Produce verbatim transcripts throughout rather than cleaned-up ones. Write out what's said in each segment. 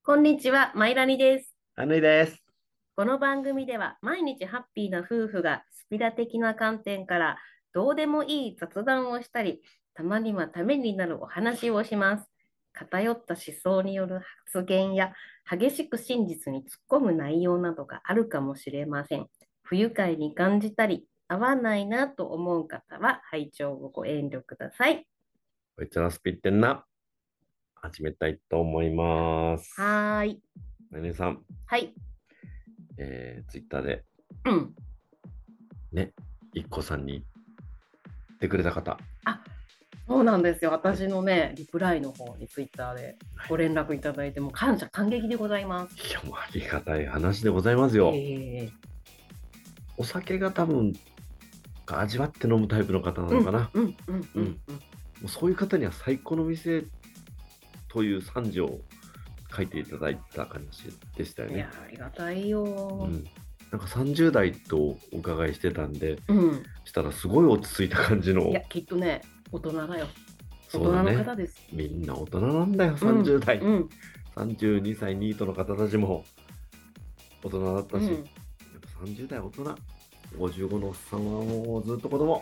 こんにちは、マイラニです。 あぬいです。 この番組では毎日ハッピーな夫婦がスピラ的な観点からどうでもいい雑談をしたり、たまにはためになるお話をします。偏った思想による発言や激しく真実に突っ込む内容などがあるかもしれません。不愉快に感じたり、合わないなと思う方は拝聴をご遠慮ください。 こいつらスピってんな。始めたいと思います。 はーい。 あぬいさん、 はい。 えー、ツイッターでうん。 ね、いっこさんに言ってくれた方。 あ、そうなんですよ。私のね、リプライの方にツイッターではい。 ご連絡いただいて、もう感謝感激でございます。 いや、もうありがたい話でございますよ。 ええ、 お酒が多分、味わって飲むタイプの方なうん、 のかな。 うん、うん、うん、 うん。もうん。 うそういう方には最高の店という賛辞を書いていただいた感じでしたよね。 いや、ありがたいよ。 うん。なんかさんじゅう代とお伺いしてたんで、 うん。 したらすごい落ち着いた感じの。 いや、きっとね、大人だよ。大人のそうだね。 方です。 みんな大人なんだよ、 うん、 さんじゅう代。 うん、 さんじゅうにさいニートの方たちも大人だったし、やうん。 っぱさんじゅう代大人。ごじゅうごのおっさんはもうずっと子供。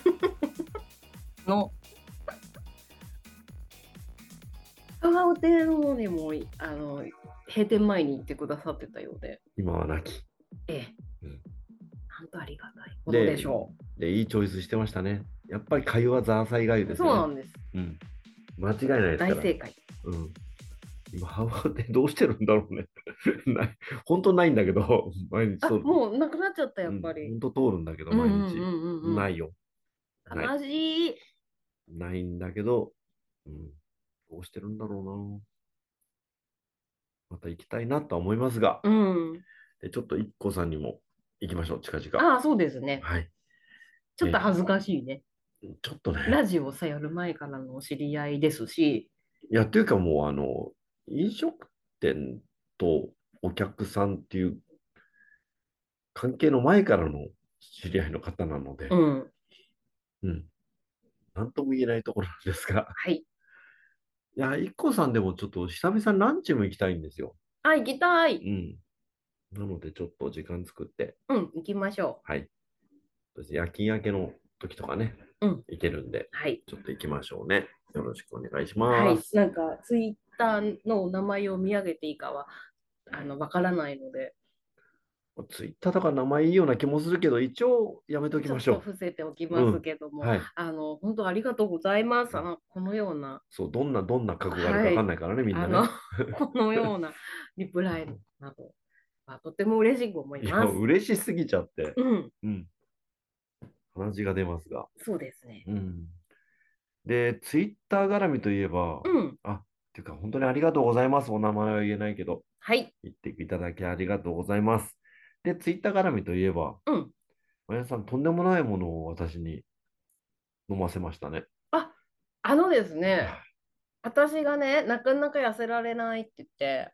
の、香川邸の方にも、あの、閉店前に行ってくださってたようで、 今は亡き。 ええ、 うん、 なんとありがたいことででしょで、いいチョイスしてましたね。やっぱり粥はザーサイ粥でう。 すよね。 そうなんです。 うん。間違いないですから。 大正解。 うん。今、ハワってどうしてるんだろうね。ない。本当ないんだけど、毎日あ、 通る。 もうなくなっちゃった、やうん。 っぱり。 本当通るんだけど、 うんう毎日。 んうんうんうん。 ないよ。ない。 悲しい。 ないんだけど、うん。どうしてるんだろうな。また行きたいなとは思いますが、 うん。 でちょっと アイキコ さんにも行きましょう、近々。 ああ、そうですね。 はい。え、 ちょっと恥ずかしいね。 ちょっとね。 ラジオをさやる前からのお知り合いですし、 いや、というかもう、あの、飲食店とお客さんっていう関係の前からの知り合いの方なので、 うん。 うん。なんとも言えないところなんですが。 はい。 いや、アイキコ さんでもちょっと久々にランチも行きたいんですよ。 あ、行きたい。 うん。なので、ちょっと時間作って、 うん、行きましょはい。そして夜勤明けの時とかね、 う。うん。 行けるんで、 はい。 ちょっと行きましょうね。よろしくお願いしはい。 ます。 なんか、ツイッターの名前を見上げていいかは、あの、わからないので、 ツイッターとか名前いいような気もするけど、一応やめておきちょましょっと伏せておきう。うますん。 けども、 はい。 あの、本当ありがとうございます。あうん、 の、このような、 そう、どんな、どんな覚悟があるかわかんはい。 ないからね、みんあの、 なね。 このようなリプライなど、まあ、とても嬉しく思いいや、 ます。 嬉しすぎちゃって。 うん。 うん。鼻血が出ますが。 そうですね。 うん。で、ツイッター絡みといえば、 うん。 あ、っていうか、本当にありがとうございます。お名前は言えないけど、 はい。 言っていただきありがとうございます。で、ツイッター絡みといえば、 うん。 まやさん、とんでもないものを私に飲ませましたね。 あ、あのですね、 は私がね、なかなか痩せられないって言って、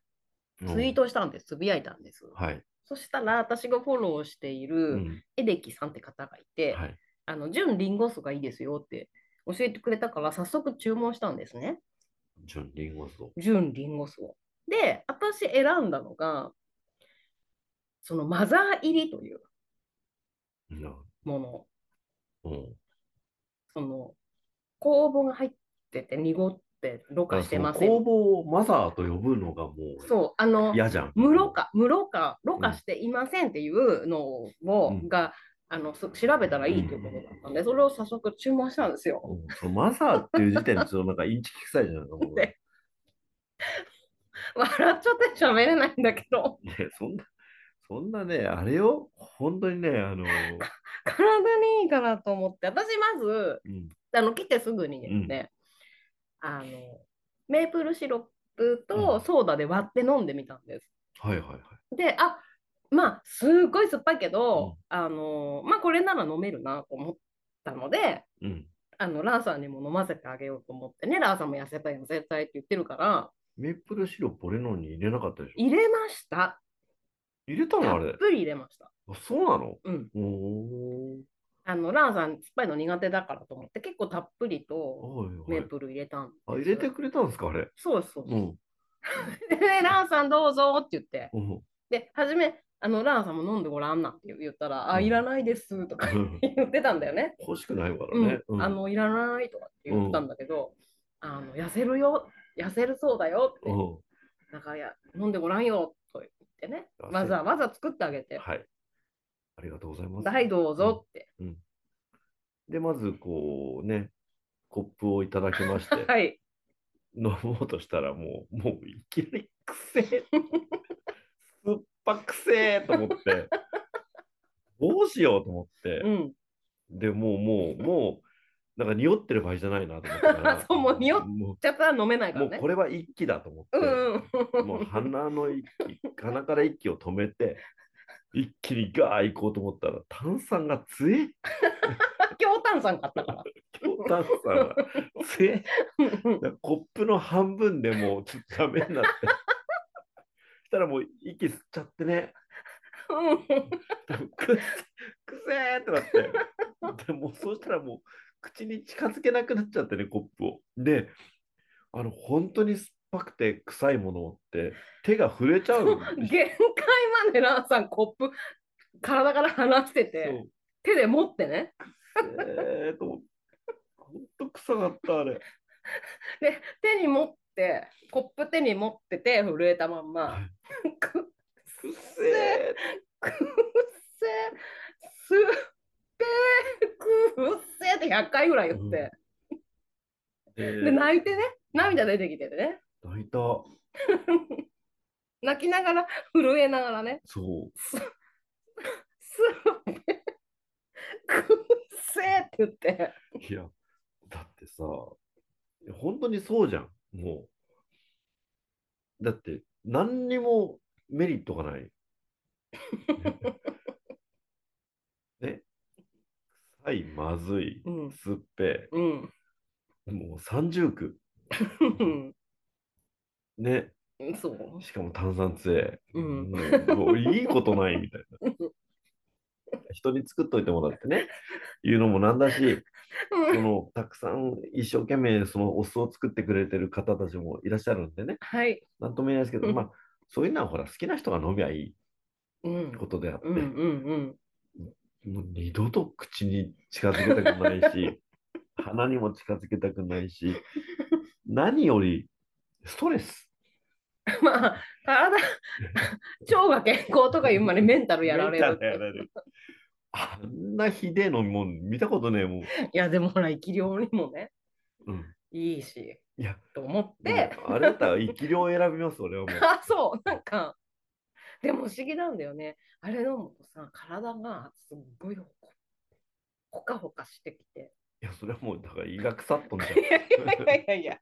い。うツイーん。 トしたんです。つぶやいたんです。 はい。 そしたら、私がフォローしているうん。 エレキさんって方がいて、 はい。 あの、純リンゴ酢がいいですよって教えてくれたから、早速注文したんですね。 純リンゴ酢を。 純リンゴ酢を。で、私選んだのが、そのマザー入りといううん。 もの。 うん。 その、酵母が入ってて濁ってろ過してだからそのません。 工房をマザーと呼ぶのがもうそう、あの、 嫌じゃん、向こ無ろ過、無ろ過、ろう。うん。 過していませんっていうのうん。 をが、あの、そ調べたらいいということだったんで、それを早速注文したんですよ。 うん、そのマザーっていう時点でちょっとなんかインチキ臭いじゃないか、もう。 で、笑っちゃって喋れないんだけど、 いや、そんな、そんなね、あれよ、本当にね、あの、 体にいいかなと思って、私まず、 うん、 あの、来てすぐにうん、 ですね、あの、メープルシロップうん。 とソーダで割って飲んでみたんです。 はいはいはで、あ、まあ、すっごい酸っぱいけい。うど、 ん、 あの、まあ、これなら飲めるなと思ったので、 うん。 あの、ラーさんにも飲ませてあげようと思ってね、ラーさんも痩せたい、痩せたいって言ってるから、 メープルシロップ俺のに入れなかったでしょ？ 入れました。 入れたのたあれ。 っぷり入れました。 あ、そうなの？ うん。 おー。 あの、ラーさん、酸っぱいの苦手だからと思って、結構たっぷりとはいはい。 メープル入れたんあ、入れてです。 くれたんですか、あれ。 そうです、そうです。 うん。 で、ランさんどうぞって言って、 うん。 で、初め、あの、ランさんも飲んでごらんなって言ったら、あ、いらうん。 ないですとかうん。 言ってたんだよね。 欲しくないからね。 うん、 うん。 あの、いらないとかって言ってたんうん。 だけど、あの、痩せるよ、痩せるそうだよって、 うん。 だからや、飲んでごらんよと言ってね、わせざわざ作ってあげて、 はい。ありがとうございます。 はい、どううん。 ぞって。 うん。で、まず、こうね、コップをいただきまして、 はい。 飲もうとしたら、もう、もういきなりくせえ、酸っぱくせえと思って、どうしようと思って、 うん。 で、もう、もう、もう、なんか匂ってる場合じゃないなと思ったから、 そう、もう匂っもちゃったら飲めないう、もからね。 うこれは一気だと思って、 うんうん。 もう鼻の息、鼻から息を止めて、一気にガー行こうと思ったら、炭酸が強い。 強炭酸買ったから。 強炭酸が強い。だからコップの半分でもうちょっとダメになって、したらもう息吸っちゃってね、くっくせーってなって、でもうそうしたらもう口に近づけなくなっちゃってね、コップを。で、あの、本当に酸っぱくて臭いものって手が触れちゃうんでしょ。 限界までランさんコップ体から離してて、 そう。 手で持ってね。 えーと思って、本当臭かった、あれ。 で、手に持って、コップ手に持ってて震えたまんま、 はい。 くっくせせくっせすっぺーくっせってひゃっかいぐらいー。うん。 言って、で、 で、 泣いてね、涙出てきててね、 泣いた。 泣きながら、震えながらね、 そす、すっぺーくっせーって言って、 う。いや、だってさ、本当にそうじゃん。もう。だって、何にもメリットがない。ね。臭い、まずい、 うん、 酸っぺうん、 い。もう三重苦。ね。 そう、 しかも炭酸強い。 うん、 もう、もういいことないみたいな。人に作っといてもらってね。いうのもなんだし、その、たくさん一生懸命そのお酢を作ってくれてる方たちもいらっしゃるんでね。 はい。 なんとも言えないですけど、まあ、そういうのはほら、好きな人が飲みゃいいうん、 ことであっうん、 て、 うん、うん。 もう二度と口に近づけたくないし、鼻にも近づけたくないし、何よりストレス。 まあ、体、腸が健康とかいうまでメンタルやメンタられるって。 ルやられる。あんなひでえ飲み物見たことねえもん。 いや、でもほら、生き量にもね、 うん。 いいし、 いや、 と思っでも、 て、 あれだったら生き量を選びます、俺はもあ、そう、なんか、でも不思議なんだよね。あれ飲むとさ、体がすっごいほほかほかしてきて。 う。いや、それはもう、だから胃が腐っとんじゃん。 いやいやいやいやいや、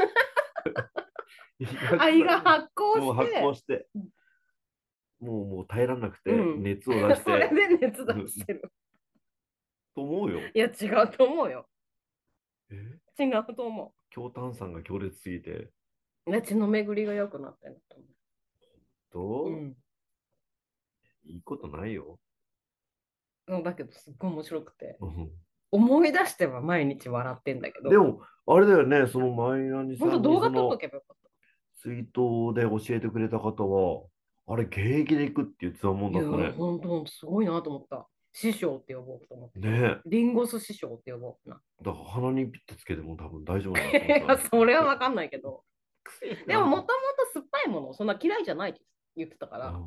胃が腐肺がる。 発酵もう発酵して、 して、もう、もう耐えられなくて、 うん。 熱を出しそれて、 で熱出うん、 してる。 と思うよ。 いや、違うと思うよ。 え違うと思強炭酸が強烈すぎて、 う。血の巡りが良くなってると思う。うと、 ん。 いいことないよ。 うんだけど、すっごい面白くて。 うん、 思い出しては毎日笑ってんだけど、 でも、あれだよね、そのマイナニ本さんに当動画撮っとそのけばよかった。 ツイートで教えてくれた方は、あれ、現役で行くって言ってたもんいやー、 だったね。 本当、すごいなと思った。師匠って呼ぼうと思って。 ねえ。 リンゴス師匠って呼ぼうな。 だから鼻にピッてつけても多分大丈夫いだなと思ったや、 ね。 それはわかんないけど。 くせえでも、 なと。 もともと酸っぱいもの、そんな嫌いじゃないって言ってたから。 うん。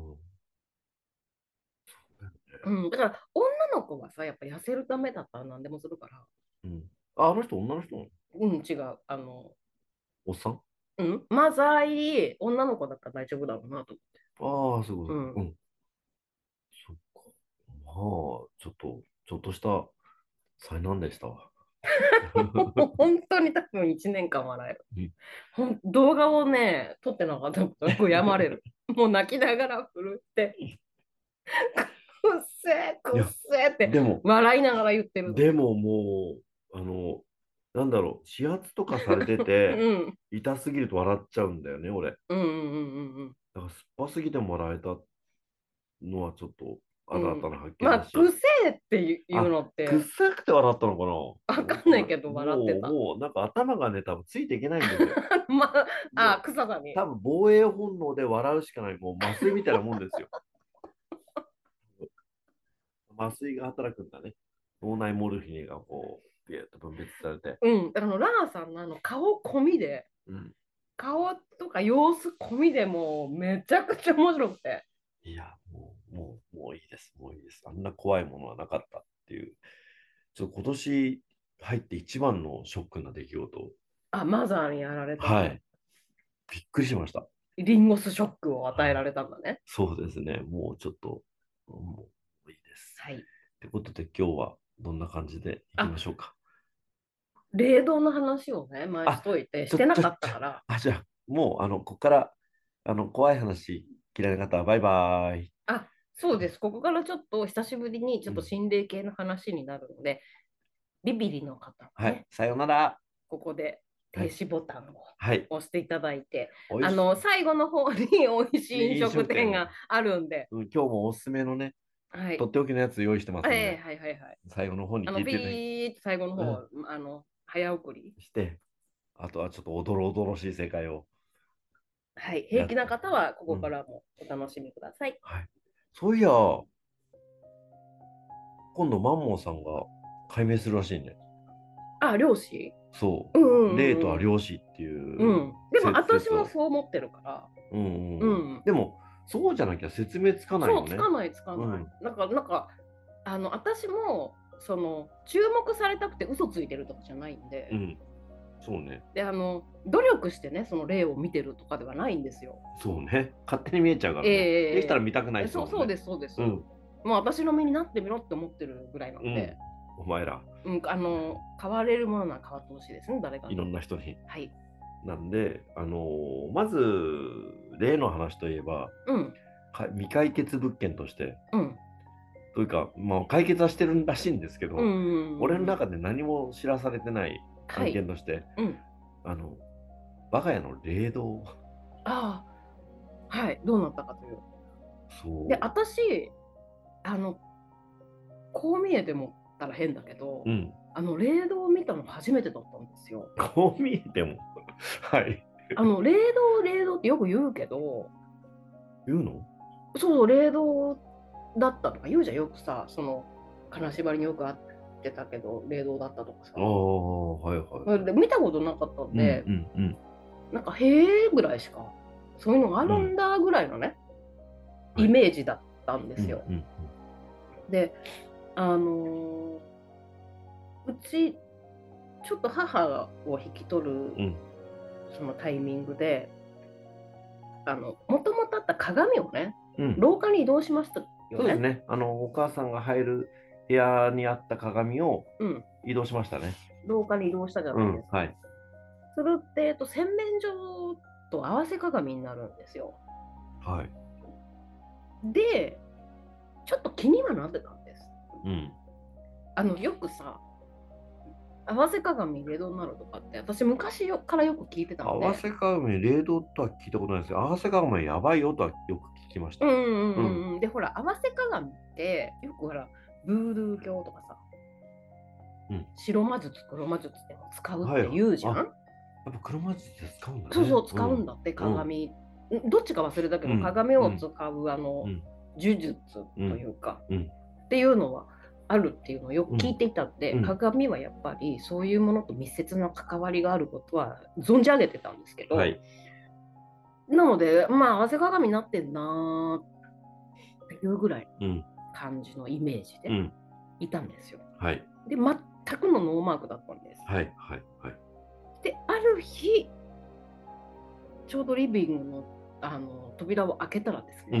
うん、だから、女の子はさ、やっぱ痩せるためだったら何でもするから。 うん。あ、あの人、女の人なの？ うん、違う。あの、 おっさん？ うん、マザー入り、女の子だったら大丈夫だろうなとああ、そういうことか。う思って。 ん。そっか。まあ、ちょっと、ちょっとした災難でしたわ。 うん。本当に多分いちねんかん笑える。 うん。 ほん動画をね、撮ってなかったこと悔やまれる。もう泣きながら震って、くっせえ、くっいや、 せえってでも、 笑いながら言ってるの。 でももう、あの、なんだろう、指圧とかされてて、 うん。 痛すぎると笑っちゃうんだよね、俺。 うんうんうんうんうん。 だから酸っぱすぎても笑えたのはちょっと。 新たな発見まあ、 だし。 くせえっていうのっくて、 さくて笑ったのかな。 わかんないけど笑ってた。 もう、もう、なんか頭がね、多分ついていけないんですよ。 まあ、あ、 もう、 草さに。 多分防衛本能で笑うしかない、もう麻酔みたいなもんですよ。麻酔が働くんだね。脳内モルヒネがこう、ビューッと分泌されて。 うん、あの、ラーさんのあの顔込みで、 うん。 顔とか様子込みでもうめちゃくちゃ面白くて。 いや、もう、もう、もういいです。もういいです。あんな怖いものはなかったっていう。ちょっと今年入って一番のショックな出来事。 あ、マザーにやられたと。 はい。びっくりしました。 リンゴスショックを与えはい。 られたんだね。 そうですね。もうちょっと、もういいです。 はい。 ってことで今日はどんな感じでいきあ、 ましょうか。 霊道の話をね、前しあ、 といて、 ちょ、 してなかちょ、ちょ、 ったから、 あ、じゃあ、もう、あの、ここから、あの、怖い話嫌いな方はバイバーイ。 あ、そうです。ここからちょっと久しぶりにちょっとうん。 心霊系の話になるので、ビビリの方ははい。 ね、 さようなら。 ここではい。 停止ボタンをはい。 押していただいて、 おいしあの、最後の方に美味しい飲い飲食食店を、 店があるんで、 うん、今日もおすすめのね、 はい。 とっておきのやつ用意してますんええ、 で、 はいはいはい。 最後の方にあの、ピ聞いていただいて、 ーって最後の方、 うあの、早送り。 ん、して、あとはちょっとおどろおどろしい世界をはい。平気なやって、 方はこうん。 こからもお楽しみください。 はい。そういや、今度マンモーさんが解明するらしいね。 あ、漁師。 そうんうう。霊とんうんは漁師っていうん。ううん。でも説私も説を。 そう思ってるから。 うんうんうん。 うん。 でも、そうじゃなきゃ説明つかないそう、 よね。 つかないつかない。 うん。 なんか、なんか、あの、私も、その、注目されたくて嘘ついてるとかじゃないんで、 うん。そうね。 で、あの、努力してね、その霊を見てるとかではないんですよ。 そうね。勝手に見えちゃうからね。できたらえ見たくないえ、 人だもんね。 そうそうです、そうです。 うん。 もう私の身になってみろって思ってるぐらいなうん。 んで、 お前ら、 うん、あの、変われるものなら変わってほしいですね、誰かいろに。 んな人に。 はい。 なんで、あのーまず、例の話といえば、 うん、 か未解決物件として、 うん、 というか、まあ、解決はしてるらしいんですけうん、 ど、 うんうん。 俺の中で何も知らされてない案はい。 件として、 うん。 あの、我が家の霊道、 ああ、はい。どうなったかという。で、 そ私、あの、こう見えてもったら変だけど、 う、うん、 あの、霊道を見たの初めてだったんですよ。 こう見えても、はい、 あの、霊道、霊道ってよく言うけど、 言うの。 そう、霊道だったとか言うじゃん、よくさ、その、金縛りによく会ってたけど、霊道だったとかさ。 ああ、はいはいはい。 で見たことなかったんうんで、 うんうん。 なんか、へえぐらいしか、そういうのがあるんだぐらいのね、 はい。 イメージだったんでうんすよ。 うんで、あのーうち、ちょっと母を引き取るうん。 そのタイミングで、あの、もともとあった鏡をね、 うん。 廊下に移動しましたよね。 そうですね。あの、お母さんが入る部屋にあった鏡をうん。 移動しましたね。 廊下に移動したじゃうん。 ないですか。 はい。 それって、えっと、洗面所と合わせ鏡になるんですよ。 はい。 で、ちょっと気にはなってたんです。 うん。 あの、よくさ、合わせ鏡レドになるとかって、私昔よからよく聞いてたんで、 合わせ鏡、霊道とは聞いたことないですけど、合わせ鏡やばいよとはよく聞きました。 うんうんうんうん。 うん。で、ほら、合わせ鏡って、よくほら、ブードゥー教とかさ、 うん。 白魔術、黒魔術でも使うっはい。 て言うじゃあ、 ん。 やっぱ車椅子で使うんだね。 そうそう、 うん。 使うんだって、 うん。 鏡。んどっちか忘れたけど、 うん。 鏡を使うん。 う、あの、 うん。 呪術うん。 というか、 うん。 っていうのはあるっていうのをよくうん。 聞いていたんで、 うん。 鏡はやっぱりそういうものと密接な関わりがあることは存じ上げてたんですけど、 はい。 なので、まあ、合わせ鏡になってんなーっていうぐらいうん。 感じのイメージでうん。 いたんですよ。 はい。 で、全くのノーマークだったんです。 はい。はい。はい。 で、ある日、ちょうどリビングの、あの扉を開けたらですね、 うん。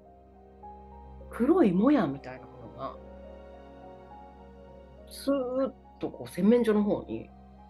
黒いもやみたいなものが、スーッとこう洗面所の方に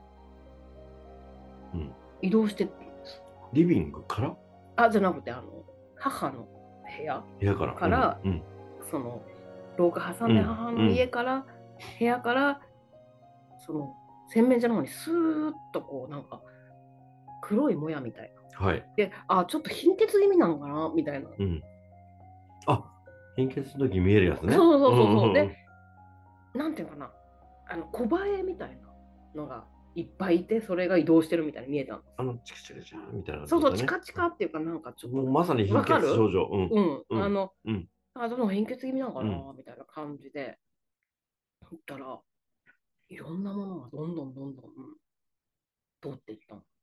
うん。 移動してったんです。 リビングからあ、じゃなくて、あの、母の部屋部屋から。 から、 うん。 その、廊下挟うん。 んで母の家から、部屋から、その、洗面所の方にスーッとこう、なんか、黒いもやみたいな。 はい。 で、あ、ちょっと貧血気味なのかなみたいな。 うん。あ、 変形するとき見えるやつね。 そうそうそうそう。 んんんで、なんていうのかな、あの小バエみたいなのがいっぱいいて、それが移動してるみたいに見えたんです。 あの、チクチクチクみたいなそうそう、 感じだね。 チカチカっていうか、なんかちょっもうと、 まさに貧わかる？ 血症状。うん。 うん、 うん。 あの、 うん。 あ、どの変血気味なのかうん。 なみたいな感じで、言ったら、いろんなものがどんどんどんどん通っていったの。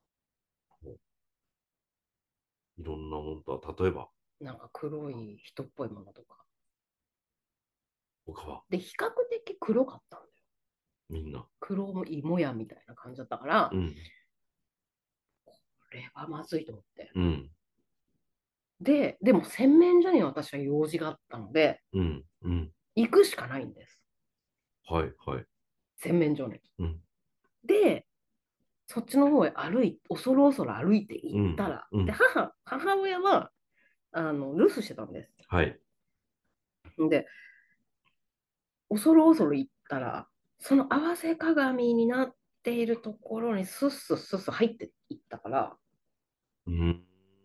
いろんなもんとは、例えば、 なんか黒い人っぽいものとか。 他は、 で、比較的黒かったんだよ。 みんな。 黒いもやみたいな感じだったから、 うん。 これはまずいと思って。 うん。 で、でも洗面所に私は用事があったので、 うん。うん。 行くしかないんです。 はい。はい。 洗面所に。 うん。 で、そっちの方へ歩い、恐る恐る歩いてうん。 行ったら、で、 うん。 母、母親は、あの、留守してたんです。 はい。 で、恐る恐る行ったら、その合わせ鏡になっているところにスッスッスッスッ入っていったから、 うん。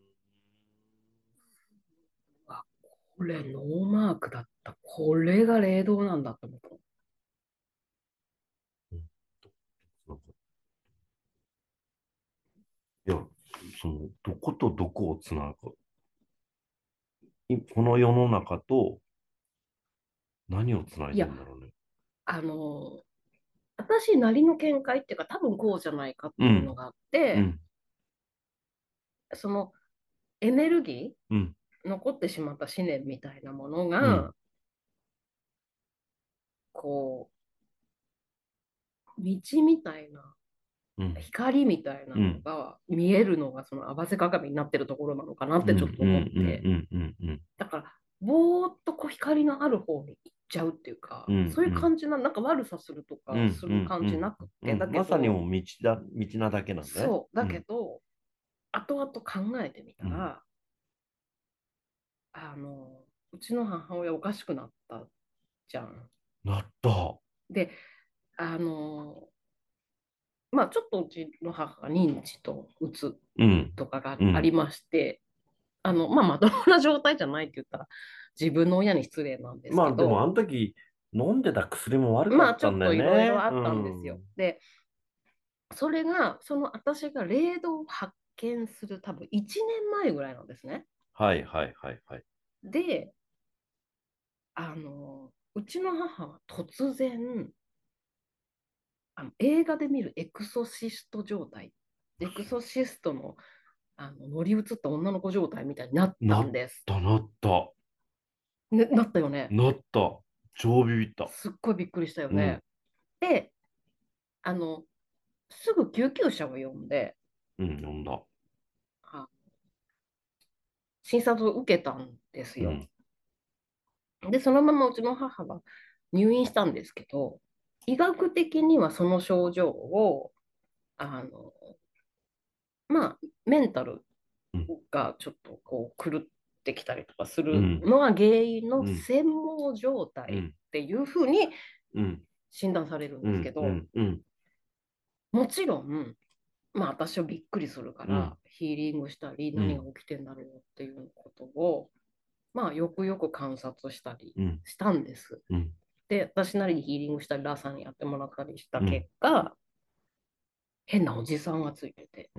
あ、これノーマークだった。これが霊道なんだと思った。 なんかいや、その、どことどこをつなぐか。いこの世の中と何をつないいや、 でんだろうね。 あの、私なりの見解っていうか、多分こうじゃないかっうん。 ていうのがあって、 うん。 そのエネルギうん。 ー、残ってしまった思念みたいなものうん。 が、こう、道みたいな、 うん。 光みたいなうん。 のが見えるのが、その合わせ鏡になってるところなのかなっうん。うん。 てちょっと思って、 うん。うん。うん。 だから、ぼーっとこう光のある方に行っちゃうっていううん。 か、そういううん。 感じな、なんか悪さするとうん。 かすうん。 る感じうん。 なくって、だうん。 けど、 まさにもう道だ、道なだけなんだね。 そう、だけうん。 ど、後々考えてみうん。 たら、あの、うちの母親おかしくなったじゃん。 なった。 で、あの、まあちょっとうちの母が認知とうつうん。 とかがうん。 ありまして、あの、まあまともな状態じゃないって言ったら自分の親に失礼なんですまあでもあけど、 の時飲んでた薬も悪かまあちょったんだよっといろいろね。うあったんですよ。 ん。 で、それが、その私が霊道を発見する多分いちねんまえぐらいなんですね。 はいはいはいはい。 で、あの、うちの母は突然、あの映画で見るエクソシスト状態、エクソシストの、あの乗り移った女の子状態みたいになったなっんです。 たなった。 ね、なったよね。 なった。超ビビった。 すっごいびっくりしたようん。 ね。で、あの、すぐ救急車を呼んで、 うん、飲んだ。 あ診察を受けたんですよ。 うん。 で、そのままうちの母は入院したんですけど、医学的にはその症状を、あの、まあ、メンタルうん。 がちょっとこう狂ってきたりとかすうん。 るのが原因のうん。 専門状態っうん。 ていうふうにうん。 診断されるんうん。うですけど、 ん。うん。 もちろん、まあ私はびっくりするかうん。 ら、ヒーリングしたり、 うん。 何が起きてんだろうっていうことを、まあよくよく観察したりうん。 したんです。 うん。 で、私なりにヒーリングしたり、ラーさんにやってもらったりしたうん。 結果、変なおじさんがついてて、 うん。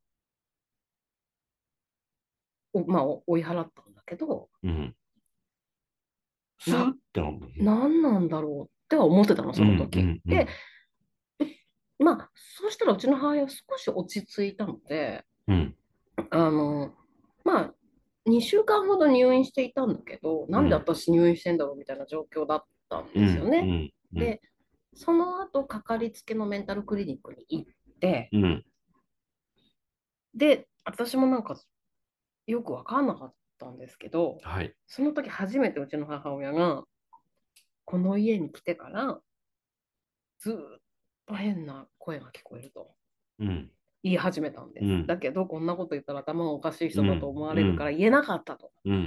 おまあ追い払ったんだけど、 うん。スーっな、 てなんだね。 何なんだろうっては思ってたの、 うん。うその時。 ん。うで、 ん。 まあ、そうしたらうちの母親は少し落ち着いたので、 うん。 あの、まあ、にしゅうかんほど入院していたんだけど、なんでうん。 私入院してんだろうみたいな状況だったんうん。うですよね。 ん。うん。 で、その後、かかりつけのメンタルクリニックに行って、 うん。 で、私もなんかよくわかんなかったんですけど、 はい。 その時初めてうちの母親が、この家に来てからずっと変な声が聞こえるとうん。 言い始めたんです。 うん。 だけど、こんなこと言ったら頭がおかしい人だとうん。 思われるからうん。 言えなかったとうん。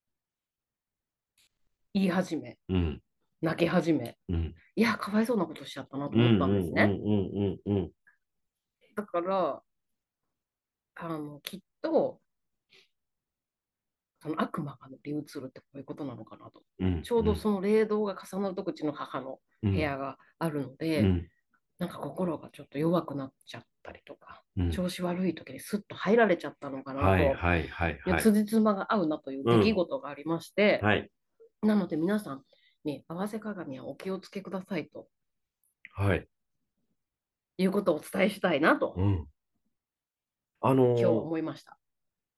言い始め、 うん。 泣き始め、 うん。 いや、かわいそうなことしちゃったなとうん。 思ったんですうん。 ね。 うん。うん。 だから、あの、きっと、 その悪魔が乗り移るってこういうことなのかなと。 うんちょうどその霊道が重なるとうちの母のうん部屋があるので、 うんなんか心がちょっと弱くなっちゃったりとか、 うん調子悪い時にスッと入られちゃったのかなはいと、 はいはいいやはい。 辻褄が合うなという出来うん事がありまして、 はいなので皆さん、ね、合わせ鏡はお気をつけくださいとはいいうことをお伝えしたいなと、 うん。あの今日はー思いました。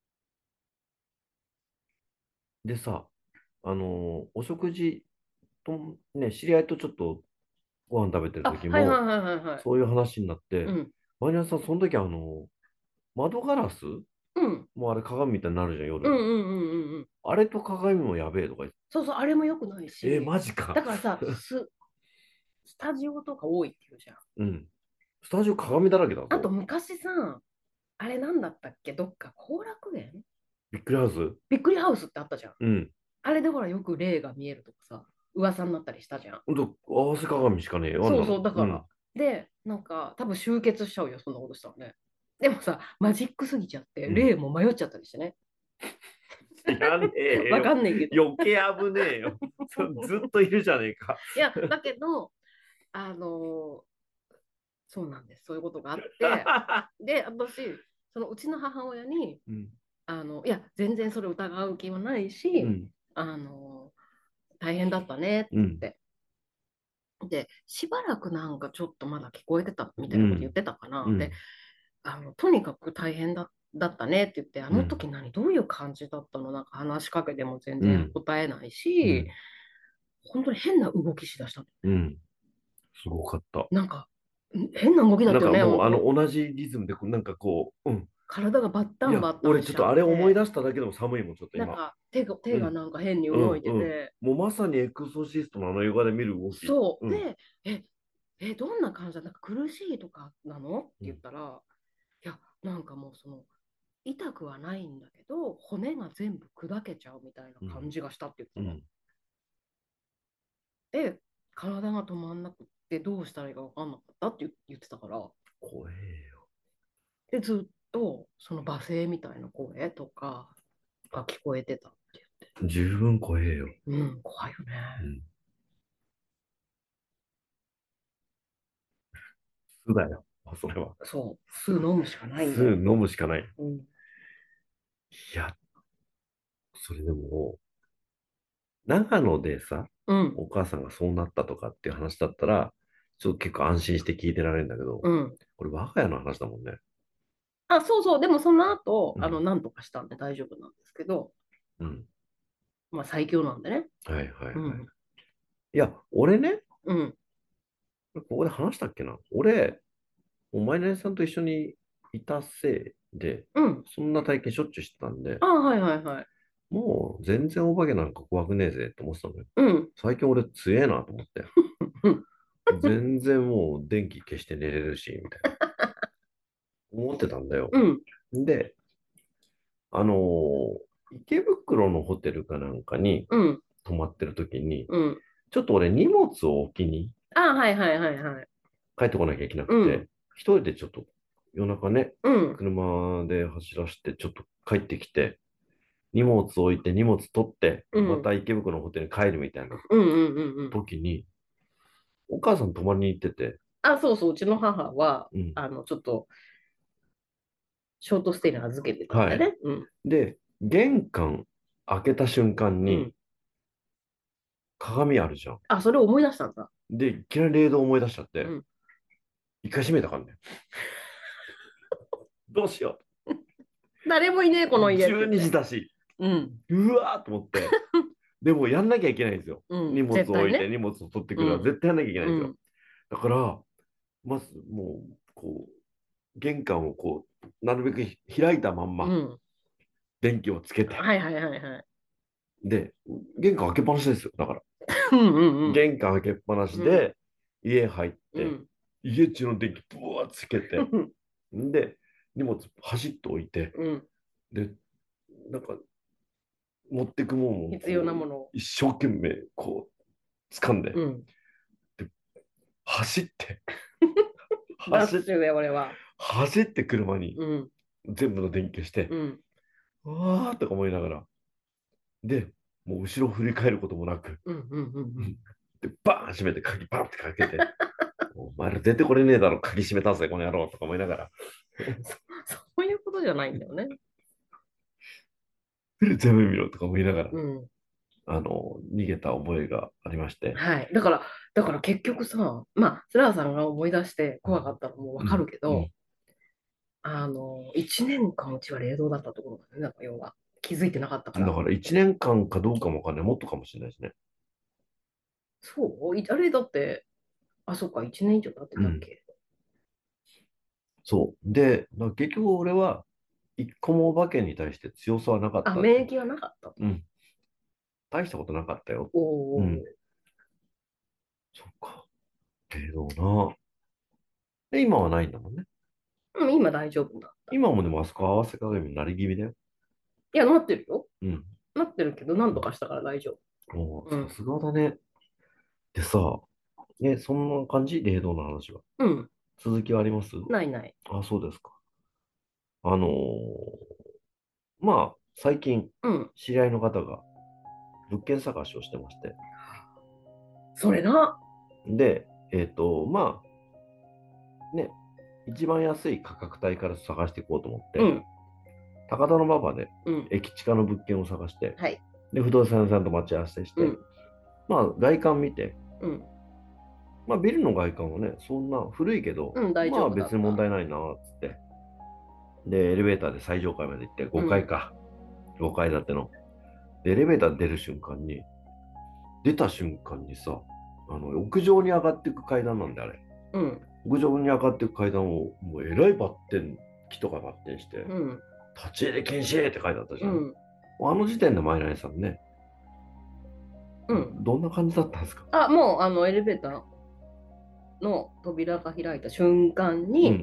でさ、あのーお食事とね、知り合いとちょっとご飯食べてるあ、はいはい時も、 はいはいはい。 そういう話になって、 うん、 マニアさん、その時あの、窓ガラスうん、 もうあれ鏡みたいになるじゃん、夜に。 うんうんうんうんうん。 あれと鏡もやべえとか言って、 そうそう、あれも良くないえー、 し、 マジか。 だからさ、ス、スタジオとか多いっていうじゃん。 うん。スタジオ鏡だらけだあとぞ。 昔さ、あれなんだったっけ、どっか後楽園ビックリハウス。 びっくりハウスってあったじゃん。 うん。 あれでほらよく霊が見えるとかさ、噂になったりしたじゃん。 ほんと、合わせ鏡しかねえよ、あんなの。 そうそう、だうん。 から。で、なんか多分集結しちゃうよ、そんなことしたらね。でもさ、マジックすぎちゃって、 うん。 霊も迷っちゃったりしてね。 知らねえわよ。 かんないけど。 余計危ねえよ。ずっといるじゃねえか。 いや、だけど、あのーそうなんです。そういうことがあって、で、私、そのうちの母親に、 うん。 あの、いや、全然それ疑う気はないし、 うん。 あの、大変だったねってうん。 言って。で、しばらくなんかちょっとまだ聞こえてたみたいなこと言っうん。 てたかな。で、 うん。 あの、とにかく大変だ、だったねって言って、あのうん。 時何、どういう感じだったのなんか話しかけても全然うん。 答えないし、 うん。 本当に変な動きしだしたの。 うん。すごかった。 なんか、ん変な動きだったよね、 なんかもう、あの、 本当。 同じリズムで、こうなんかこう、うん。 体がバッタいや、 ンバッタ俺ンしちゃちょっとあれ思いって、 出しただけでも寒いもん、ちょっと今。 なんか手が、手がうん。 なんか変にうん。 動いてうん。 て、 もうまさにエクソシストのあの映画で見る動き。 そう。 うん。 で、え、え、どんな感じだなんか苦しいとかなのってうん。 言ったら、いや、なんかもうその、痛くはないんだけど、骨が全部砕けちゃうみたいなうん。 感じがしたって言ってたの。 うん。 で、体が止まんなくってどうしたらいいか分かんなかったって言言ってたから、 怖えよ。 で、ずっとその罵声みたいな声とかが聞こえてたって十分怖えよ。 言って。うん、怖いよね。 うん。巣だよ。それは。 そう、酢飲むしかないんだ巣飲よ。 むしかない。 うん。 いや、それでも、長野でさ、 うん。 お母さんがそうなったとかっていう話だったら、ちょっと結構安心して聞いてられるんだけど、 うん。 これ我が家の話だもんね。 あ、そうそう。でもその後、あの、 うん。 なんとかしたんで大丈夫なんですけど、 うん。 まあ最強なんでね。 はいはいはい。 うん。 いや、俺ね、 うん。 ここで話したっけな。俺、お前ねさんと一緒にいたせいで、 うん。 そんな体験しょっちゅうしてたんで、 あ、はいはいはい。 もう全然お化けなんか怖くねえぜって思ってたのよ。 うん。 最近俺強えなと思って。 うん。 全然もう電気消して寝れるし、みたいな。思ってたんだよ。 うん。 で、あのー池袋のホテルかなんかにうん。 泊まってる時に、 うん。 ちょっと俺荷物を置きにあ、はいはいはいはい。 帰ってこなきゃいけなくうん。 て、一人でちょっと夜中ね、 うん。 車で走らせてちょっと帰ってきて、荷物置いて荷物取って、 うん。 また池袋のホテルに帰るみたいなうんうんうんうん。 時に、お母さん泊まりに行ってて、 あ、そうそう。うちの母は、 うん。 あの、ちょっと、ショートステイに預けてたんはい。 でね。うん。 で、玄関開けた瞬間にうん。 鏡あるじゃん。 あ、それを思い出したんだ。 で、いきなり霊道思い出しちゃって、 うん。 一回閉めたからね。どうしよ誰もいねえ、このう。12 家って言って。 時だし、 うん。 うわーと思って、でもやんなきゃいけないんですよ。 うん。 荷物を置いて絶対ね。 荷物を取ってくるのはうん。 絶対やんなきゃいけないんですよ。 うん。 だから、まずもう、こう、玄関をこう、なるべく開いたまんま、 うん。 電気をつけて、 はいはいはいはい。 で、玄関開けっぱなしですよ。だから、 うんうんうん。 玄関開けっぱなしうん。 で、家入って、 うん。 家中の電気ブワーつけて、 うん。 で、荷物走って置いて、 うん。 で、なんか、持ってくもんを必要なこう、 ものを。 一生懸命、こう、掴んで、 うん。 で、走って、 ダッ走っ、 シュで俺は。 走って車にうん。 全部の電気消して、 うん。 うわーとか思いながら。 で、もう後ろ振り返ることもなく、 うんうんうんうん。 で、バーン閉めて鍵バンってかけて、お前ら出てこれねえだろ、鍵閉めたぜ、この野郎とか思いながら、 そそういうことじゃないんだよね。 全部見ろとか思いながら、 うん。 あの、逃げた覚えがありまして、 はい。だから、だから結局さ、まあ、スラーさんが思い出して怖かったのもわかうん、 るけど、 うん。 あの、いちねんかんうちは冷凍だったところだね、なんか要は。気づいてなかったから。 だからいちねんかんかんかどうかもわかんない、もっとかもしれないですね。 そういあれだって、あ、そっか、いちねん以上経ってうん。 たっけ？ そう。で、だから結局俺は、一個もお化けに対して強さはなかっあ、 たって。 免疫はなかったと。 うん。大したことなかったよ。 おうん。 お。 そっか。けどな。で、今はないんだもんね。 うん、今大丈夫だった。 今もでもあそこ合わせ鏡になり気味だよ。 いや、なってるよ。 うん。 なってるけど、なんとかしたから大丈もう、 夫。うん。 さすがだね。でさ、ね、そんな感じ霊道の話は。 うん。 続きはあります？ ないない。 あ、そうですか。あのーまあ、最近、 うん。 知り合いの方が物件探しをしてまして。 それな。 で、えっと、まあ、ね、一番安い価格帯から探していこうと思って、 うん。 高田馬場でうん。 駅近の物件を探して、 はい。 で、不動産屋さんと待ち合わせして、 うん。 まあ、外観見て、 うん。 まあ、ビルの外観はね、そんな古いけど、 うん、大丈まあ夫だった。 別に問題ないな、つって。で、エレベーターで最上階まで行って、5 うん。 階か。ごかい建ての。で、エレベーター出る瞬間に、出た瞬間にさ、あの、屋上に上がっていく階段なんで、あれ。 うん。 屋上に上がっていく階段を、もうえらいバッテン、木とかバッテンして、 うん。 立ち入り禁止って書いてあったじゃん。 うん。 あの時点でマイナイさんね、 うん。 どんな感じだったんですか？ あ、もう、あの、エレベーターの扉が開いた瞬間に、 うん。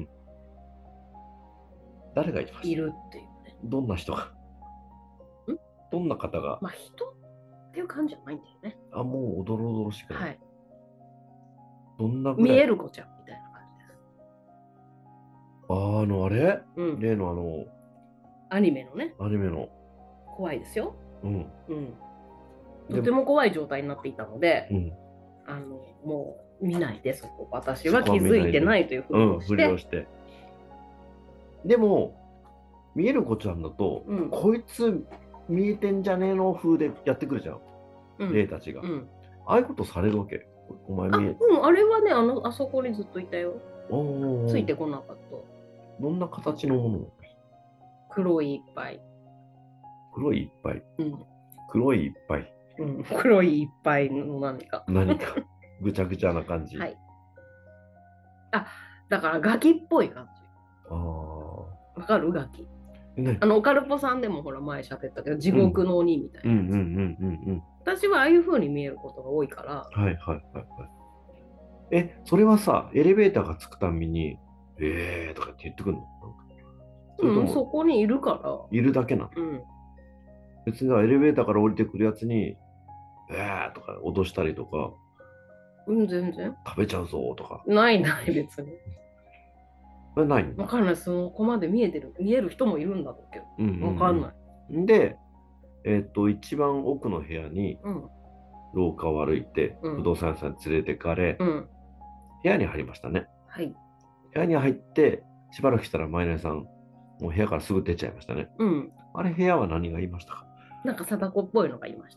誰がいました？ いるっていうね。 どんな人が？ んどんな方が？ まあ、人っていう感じじゃないんだよね。 あ、もうおどろおどろしくない。 はい。 どんなぐ見らい？ える子ちゃんみたいな感じです。 あー、あの、あれうん。 例のあの、 アニメのね、 アニメの。 怖いですよ。 うん。 うん。とで、 ても怖い状態になっていたので、 うん。 あの、もう見ないで、そこ。私そこはは気づい見ないで。 てないというふりうん、ふをして、 りをして。でも、見える子ちゃんだと、 うん。 こいつ見えてんじゃねえの風でやってくるじゃん。 うん。 霊たちが。 うん。 ああいうことされるわけ。お前見あ、 え、 うん、あれはね、あの、あそこにずっといたよ。 おーおーおー、 ついてこなかった。 どんな形のもの？ 黒いいっぱい。 黒いいっぱい。 うん。 黒いいっぱい。 うん。黒いいっぱいの何か。 何かぐちゃぐちゃな感じ。 はい。あ、だからガキっぽい感じ。 ああ。 わかるガキ。 ね。 あの、オカルポさんでもほら前喋ったけど、地うん。 獄の鬼みたいなやつ。 うんうんうんうんうん。 私はああいう風に見えることが多いから、 はいはいはいはい。え、それはさ、エレベーターがつくたんびに、えーとかって言ってくるの？なんかそれとうん、そも、 こにいるから、 いるだけなの？ うん、 別にエレベーターから降りてくるやつに、えーとか脅したりとか、 うん、全然。 食べちゃうぞとか、 ないない、別に。 それないんだ。 わかんない。そこまで見えてる、見える人もいるんだろうけど、 うんわかんない。 うんうん。で、えっと、一番奥の部屋にうん、 廊下を歩いて、 うん、 不動産屋さんに連れてかれ、 うん。 部屋に入りましたね。 はい。 部屋に入って、しばらくしたらマイナイさん、もう部屋からすぐ出ちゃいましたね。 うん。 あれ、部屋は何が言いましたか？ なんか貞子っぽいのがいました。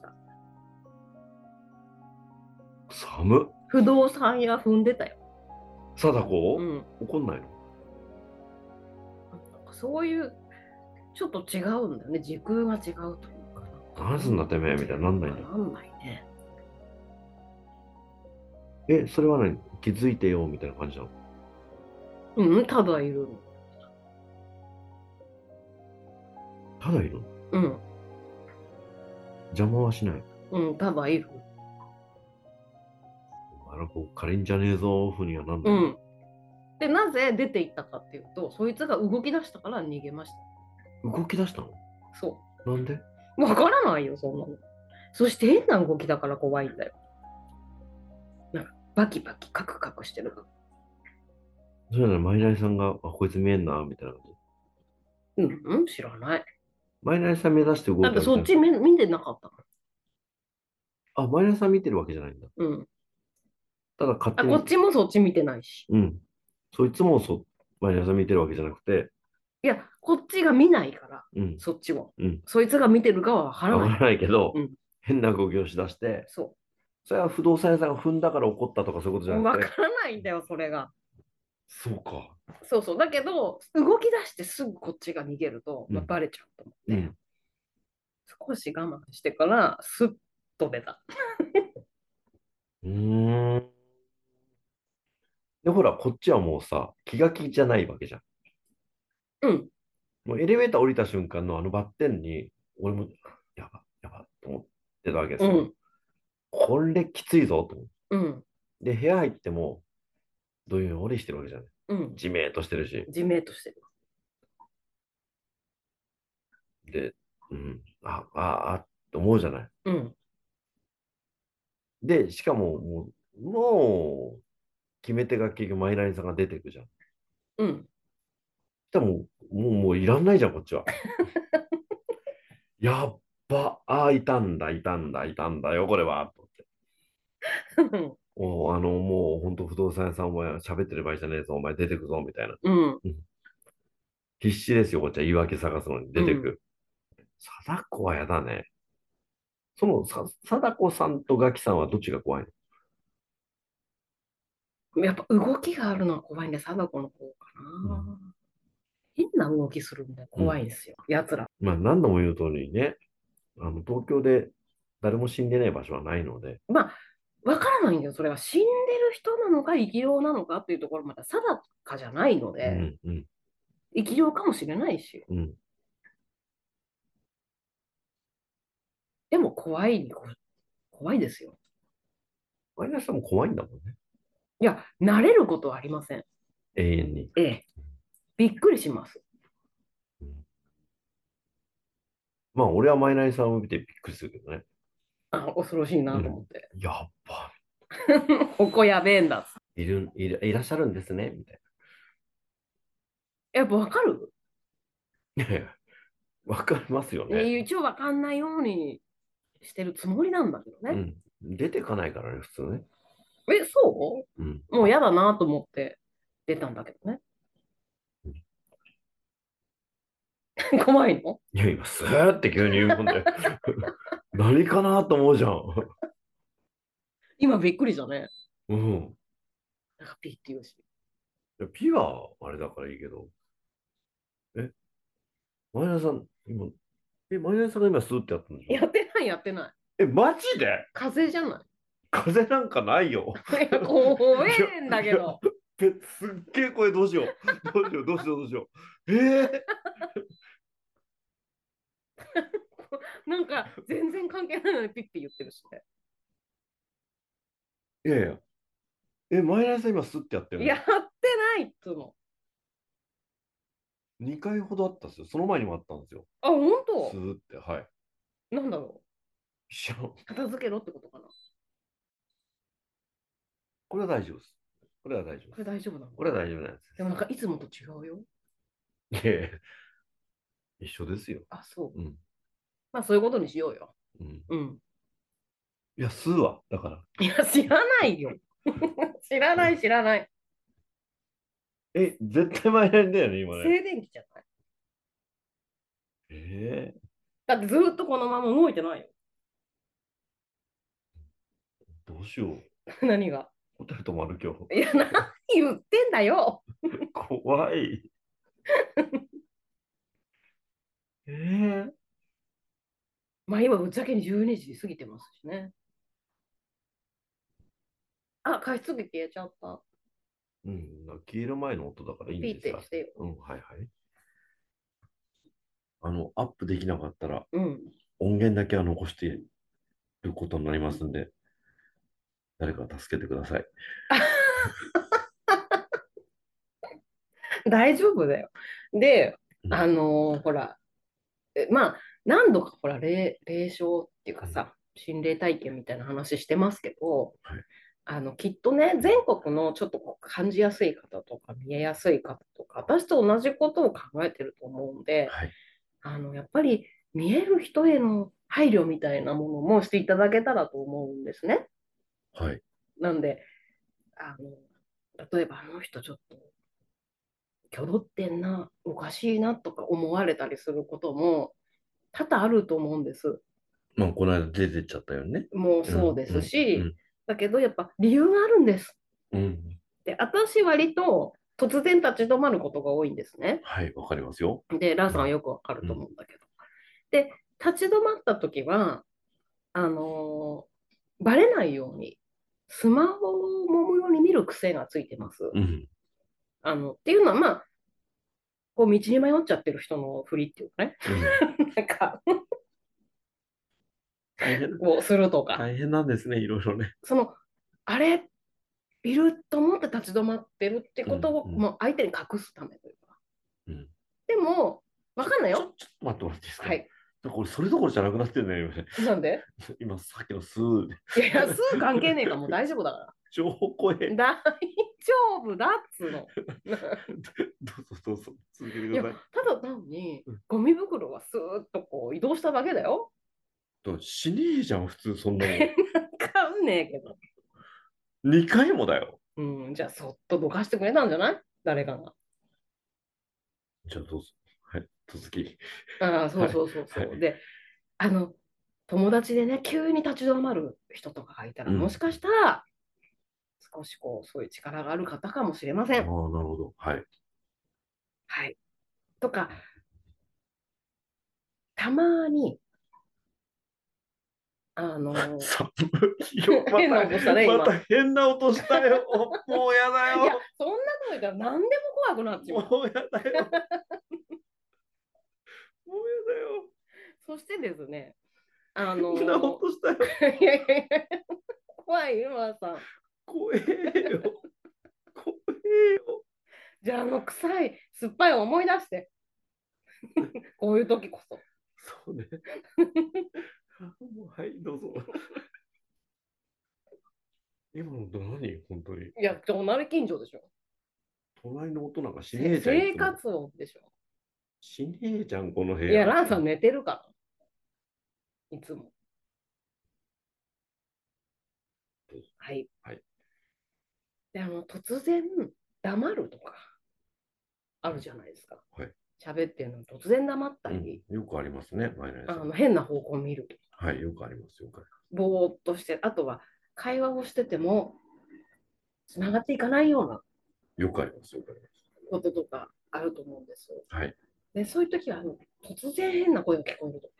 寒っ。 不動産屋踏んでたよ。 貞子？ うん。 怒んないの？ なんかそういう、ちょっと違うんだよね。時空が違うというかな。 何すんだてめえみたいになんないんだ。 なんないね。 え、それは何？気づいてよみたいな感じなの？ うん、ただいるの。 ただいるの？ うん、 邪魔はしない？ うん、ただいる。 あの子、かりんじゃねえぞ、オフにはなんないの？ うん。で、なぜ出て行ったかっていうと、そいつが動き出したから逃げました。 動き出したの？ そなんで？ う。わからないよ、そんなの。そして変な動きだから怖いんだよ。なんかバキバキカクカクしてる。 それならマイナイさんが、あ、こいつ見えんな、みたいな感うん、うん、知らない。 マイナスさん目指して動だっていたわけじゃん。 そっち見見てなかったあ、マイナスさん見てるわけじゃないんだ。 の。うん。 ただ勝あ、こっ手に、 ちもそっち見てないし。 うん。そいつもそう、マイナスさん見てるわけじゃなくて、 いや、こっちが見ないから、 うん。 そっちを。 うん。 そいつが見てるかはわからない。 わからないけど、 うん。 変な動きをしだして、 そそれは不動産屋さんが踏んだから怒ったとかそういうことじゃう。 なくて、 わからないんだよ、それが。 そうか。 そうそう。だけど、動き出してすぐこっちが逃げると、まあ、 うん。 バレちゃうと思って、 うん。 少し我慢してから、スッと出た。 うーん。で、ほら、こっちはもうさ、気が気じゃないわけじゃん。 うん。 もうエレベーター降りた瞬間のあのバッテンに、俺も、やば、やば、と思ってたわけですよ。 うん。 これきついぞ、と思って。 うん。 で、部屋入っても、どういうのりしてるわけじゃない。 うん。 じめーっとしてるし。 じめっとしてる。 で、うん、あ、あ、あ、って思うじゃない。 うん。 で、しかも、もう、もう、決め手が結局マイナリさんが出てくじゃん。 うん。 でももう、もう、もういらんないじゃん、こっちは。やっば、ああ、いたんだ、いたんだ、いたんだよ、これは。と思って。おあの、もう、本当不動産屋さん、お前喋ってる場合じゃねえぞ、お前出てくぞ、みたいな。 うん。 うん、必死ですよ、こっちは言い訳探すのにうん。 出てく。貞子はやだね。その、さ、貞子さんとガキさんはどっちが怖いやっぱ動きがあるのは怖いんで、貞子の方かの？ な。変な動きするんでうん。うん。 怖いんですよ、奴ら。 まあ、何度も言う通りね、あの、東京で誰も死んでない場所はないので、 まあ、わからないんだよ。それは死んでる人なのか生き量なのかっていうところまだ定かじゃないので、 うん、うん、 生き量かもしれないし。 うん。 でも怖い、怖いですよ。 マイナスさんも怖いんだもんね。 いや、慣れることはありません。 永遠に。 ええ。びっくりします。 うん、まあ、俺はマイナリさんを見てびっくりするけどね。 あ、恐ろしいうん。 なと思って。 やっぱ、 ここやべえんだ。 いる、いる、いらっしゃるんですね、みたいやっぱわかるな。いやいやわかりますよね。 ね、一応わかんないようにしてるつもりなんだけどね。 うん。出てかないからね、普通ね。 え、そうん。 うもう嫌だなと思って出たんだけどね。 うん、 怖いのいや、今、スーって急に言うもんで、何かなと思うじゃん。 今びっくりしたね。 うん。いなんかピッて言うし。 やピはあれだからいいけど、え、マイナスさん、今、え、マイナスさんが今スーってやったんでしょ？ やってないやってない。 え、マジで風邪じゃない。 風なんかないよ。 いや、怖いや、 えんだけいや、 ど。 ぺすっげえ声どうしよう。どうしよう、どうしよう、どうしよう。えなんか全然関係ないのにピッて言ってるしね。 ー、いやいや、え、マイナスさん今スってやってるの？ やってないっつうの。 にかいほどあったんですよ。その前にもあったんですよ。 あ、本ス当ーって、はい。 なんだろ知らん。 う。片付けろってことかな。 これは大丈夫です。これは大丈夫これです。 大丈夫なのこれは大丈夫なやつででもなんかいつもと違うよ。 す。いやいや、一緒ですよ。 あ、そう。 うん。 まあそういうことにしようよ。 うん。 うん。 いや、スーは、だから。 いや、知らないよ。知らない、知らない。 え、絶対マイナスだよね、今ね。 静電気じゃないえー、 だってずっとこのまま動いてないよ。 どうしよう。 何が。 ホテル泊まる今いや、何言ってんだよ。 日。怖い。えー、 まあ今、ぶっちゃけにじゅうにじ過ぎてますしね。あ、加湿器消えちゃった。 うん、消える前の音だからいいんピーっですよ。 てしてよ。 うん、はいはい。あの、アップできなかったら、 うん。 音源だけは残していることになりますんで、誰か助けてください。 大丈夫だよ。で、 うん、 あのーほら、えまあ、何度かほら、霊、霊障っていううん、 かさ、心霊体験みたいな話してますけど、 はい。 あの、きっとね、全国のちょっとこう感じやすい方とか見えやすい方とか、私と同じことを考えてると思うんで、 はい。 あの、やっぱり見える人への配慮みたいなものもしていただけたらと思うんですね。 はい。 なんで、あの、例えばあの人ちょっと挙動ってんな、おかしいなとか思われたりすることも多々あると思うんです。 まあ、この間出てっちゃったよね。 もううん、 そうですうん、うし、 ん、 だけどやっぱ理由があるんです。 うん。 で、私割と突然立ち止まることが多いんですね。 はい、わかりますよ。 で、ラーうん、 さんはよくわかるとうん。 思うんだけど。で、立ち止まった時は、あのーバレないように、スマホを揉むように見る癖がついてます。 うん。 あの、っていうのは、まあ、こう道に迷っちゃってる人のふりっていうかね、 うん。 なんか、 大変、 をするとか、 大変なんですね、いろいろね。 その、あれ、いると思って立ち止まってるってうん、 ことを、 うん、 もう相手に隠すためというか。 うん。 でも、わちょ、ちょ、 かんないよ。 ちょっと待ってもらっていいですか。 はい。 これ、それどころじゃなくなってるね、今ね。 なんで今、さっきのスーで。 いやいや、数関係ねえからもう大丈夫だか情報超ら。 え。 大丈夫だっつうの。 どうぞどうぞ、続けていや、 ください。 ただ単にうん。 ゴミ袋がスーッとこう移動しただけだよ。 と死ねえじゃん、普通、そんなもん。 わかんねえけど。 にかいもだよ。 うん、じゃあそっとどかしてくれたんじゃない誰かが。 じゃあどうぞ。はい、続き。 ああ、そはい、 うそうそうそう。 はい。 で、あの、友達でね、急に立ち止まる人とかがいたら、 うん。 もしかしたら、少しこう、そういう力がある方かもしれませああ、 ん。 なるほど。はい。 はい。とか、たまに、あの、 寒いよ。また、 変な音したね、今。 また変な音したよ。もうやだいや、 よ。 そんなこと言ったら何でも怖くなっちまう。 もうやだよ。もうやだよ。 そしてですね、あ変なの、 音したよ。 いやいやいや、怖い、馬さん。 怖えよ。怖えよ。 じゃあ、あの、臭い、酸っぱいを思い出して、こういう時こそ。 そうね。もうはい、どうぞ。今の音何本当に。 いや、隣近所でしょ。 隣の音なんかしねせえじゃん、いつも。 生活音でしょ。 しねえじゃん、この部いや、 屋。 ランさん寝てるから、いつも。はい。 はい。 で、あの、突然、黙るとか、あるじゃないですか。 はい。 喋ってるのに突然黙ったうん。 り、 よくありますね、マイナイさん。 あの、変な方向を見るとか、 はい、よくあります、よくありぼーっとして、あとは、会話をしてても、つながっていかないようなます。よくあります、よくあります。 こととかあると思うんです。 はい。 で、そういう時は、あの、突然変な声が聞こえるとか、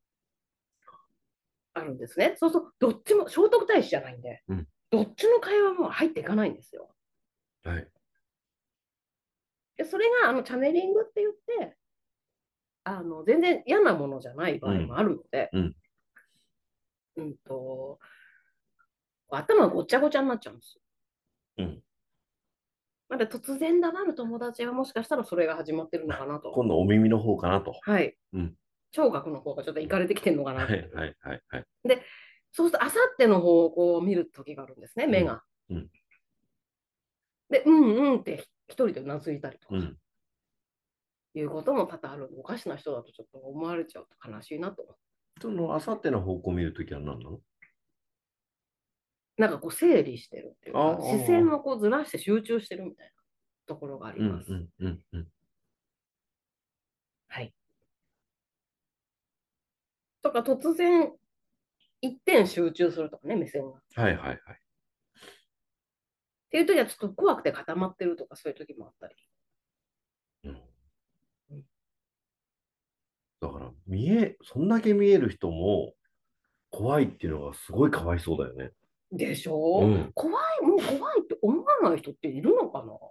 あるんですね。そうすると、どっちも聖徳太子じゃないんで、 うん。 どっちの会話も入っていかないんですよ。 はい。 で、それがあのチャネリングって言って、あの全然嫌なものじゃない場合もうん。 あるので、 うん。 うんと、頭がごちゃごちゃになっちゃうんですよ。 うん。 なので、突然黙る友達はもしかしたらそれが始まってるのかなと。 今度お耳の方かなと。 はい。 うん。 聴覚の方がちょっといかれてきてるのかなと。 はい、はい、はい、はい。 で、そうすると、あさっての方向を見る時があるんですね、 うん。 目が。 うん。 で、うんうんって一人でうなずいたりとか。 うん。 いうことも多々ある。おかしな人だとちょっと思われちゃうと悲しいなと。 その、あさっての方向を見るときは何なの？ なんかこう整理してるっていうああ、 か、視線ああ、 をこうずらして集中してるみたいなところがありうん、 ます。 うん、うん、うん。 はい。とか突然一点集中するとかね、目線が。っはい、はい、はい。 ていう時はちょっと怖くて固まってるとかそういう時もあったり。 うん。 うん、 だから、見え、そんだけ見える人も怖いっていうのがすごいかわいそうだよね。 でしょ？ うん。 怖い、もう怖いって思わない人っているのかな？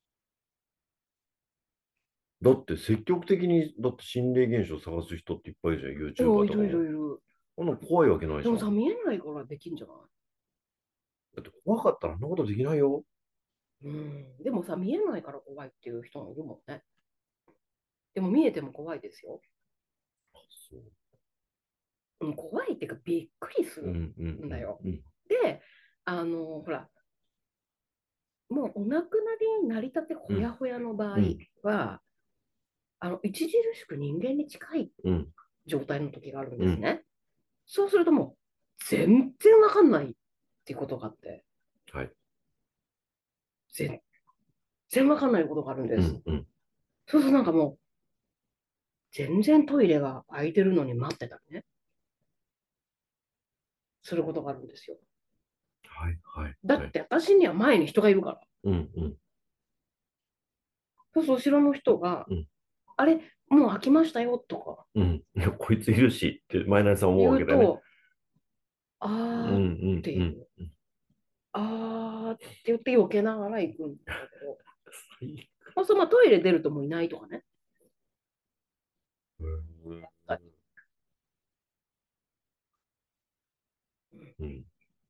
だって積極的に、だって心霊現象探す人っていっぱいいるじゃん、 うん、 YouTuber いるいるとかも。 いる。 こんなの怖いわけないじゃん。 でもさ、見えないからできんじゃない？ だって怖かったらあんなことできないよ。 うん。でもさ、見えないから怖いっていう人もいるもんね。でも見えても怖いですよ。 そう。 うん、怖いっていうかびっくりするうん、うん、うん、 んだよ。 うん。 で、あの、ほら、もうお亡くなりになりたてほやうん、 ほやの場合うん、 は、 あの著しく人間に近いうん。 状態の時があるんですね。そうするともう全然わかんないっていうことがあって、 はい。 全然わかんないことがあるんです。 うん。うん。 そうするとなんかもう全然トイレが空いてるのに待ってたりね、することがあるんですよ。 はい。はい。はい。 だって私には前に人がいるから。 うん。うん。 そうすると後ろの人が、 うん。 あれ、もう開きましたよとかうん。いや、こいついるしってマイナスさん思うわけだよね。 言うと、 うん。 あーっうん。うん。 ていう、あーって言って避けながら行くんだけど、 最そうするとまあトイレ出るともういないとかね。 うんうん。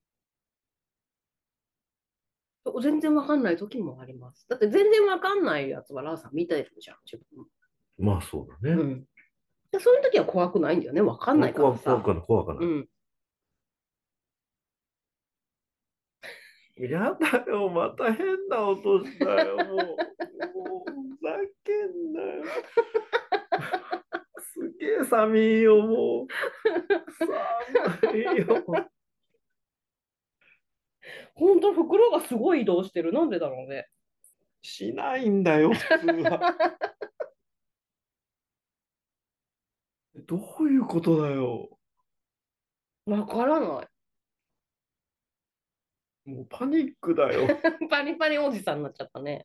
全然わかんない時もあります。だって全然わかんないやつはラーさん見てるじゃん、自分。 まあそうだね。 うん。でそういう時は怖くないんだよね。わかんないからさ。 怖く怖くない、怖くない。 うん。 やだよ、また変な音したよ、もう。もう、ふざけんなよ。すげえ寒いよ、もう。寒いよ。 本当袋がすごい移動してる。なんでだろうね。 しないんだよ、普通は。どういうことだよ。 わからない。 もうパニックだよ。 パニパニおじさんになっちゃったね。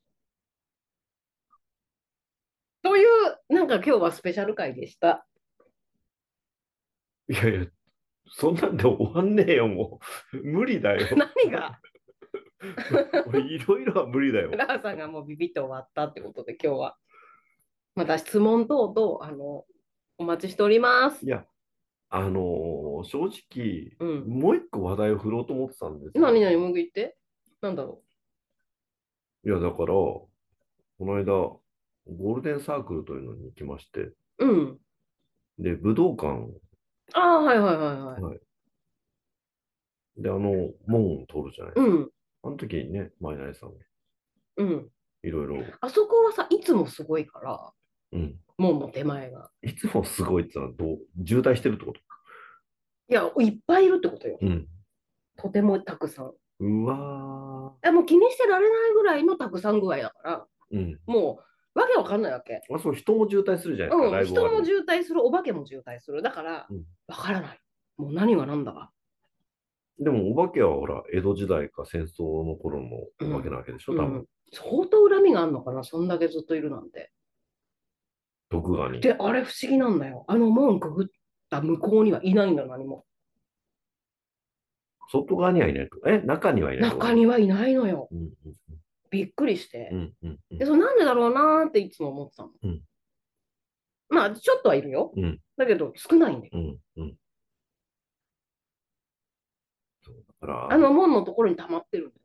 という、なんか今日はスペシャル回でした。 いやいや、そんなんで終わんねえよ、もう。無理だよ。 何が俺、いろいろは無理だよ。 ラーさんがもうビビって終わったってことで今日は。また質問等々、あの、お待ちしております。 いや、あのー正直、 うん。 もう一個話題を振ろうと思ってたんですよ。 何々もぐ言って。なんだろいや、だから、この間、ゴールデンサークルというのに行きまして、 う。うん。 で、武道館、 ああ、はいはいはいはい。 はい。で、あの、門を通るじゃないですか。 うん。 あの時にね、マイナイさん、 うん。 いろいろ、 あそこはさ、いつもすごいから、 うん。 門の手前が。 いつもすごいってのはどう、渋滞してるってこと？ いや、いっぱいいるってことよ。 うん。 とてもたくさん。 うわあもう気にしてられないぐらいのたくさん具合だから、 ー。うん。 もう、わけわかんないわけ。 あ、そう、人も渋滞するじゃないですか、 うん、 ライブ終わりに。 人も渋滞する、お化けも渋滞する。だから、 うん。 わからない。もう何が何だか。 でも、お化けはほら、江戸時代か戦争の頃のお化けうん。 なわけでしょ、多分。 うん。相当恨みがあるのかな、そんだけずっといるなんて。 徳川に。 で、あれ不思議なんだよ。あの門くぐった向こうにはいないんだよ、何も。 外側にはいないと。え、中にはいないと。 中にはいないのよ。 うんうんびっくりして。 うんうんうんで、それなんでだろうなーっていつも思ってたの。 うんまあ、ちょっとはいるよ。 うんだけど、少ないんだよ。 うんうん。そうだから、 あの門のところに溜まってるんだよ。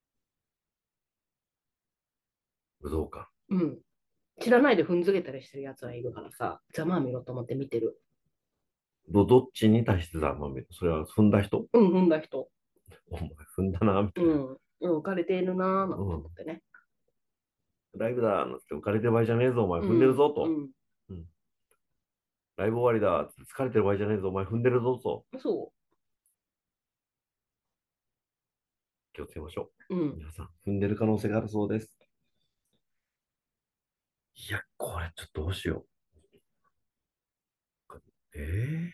武道館。 うん。知らないで踏んづけたりしてるやつはいるからさ、ざまあ見ろと思って見てる。 ど、どっちに対してだ、まあ、それは踏んだ人？ うん、踏んだ人。 お前踏んだな、みたいな。 うん。うん、浮かれているなーなんてうん。 思ってね。 ライブだ、なんて浮かれてる場合じゃねえぞ、お前うん、 踏んでるぞ、と。 うん。 うん。ライブ終わりだ、疲れてる場合じゃねえぞ、お前踏んでるぞ、と。 そ気をつけましょう。うう。 ん。 皆さん、踏んでる可能性があるそうです。いや、これちょっとどうしよう。えー、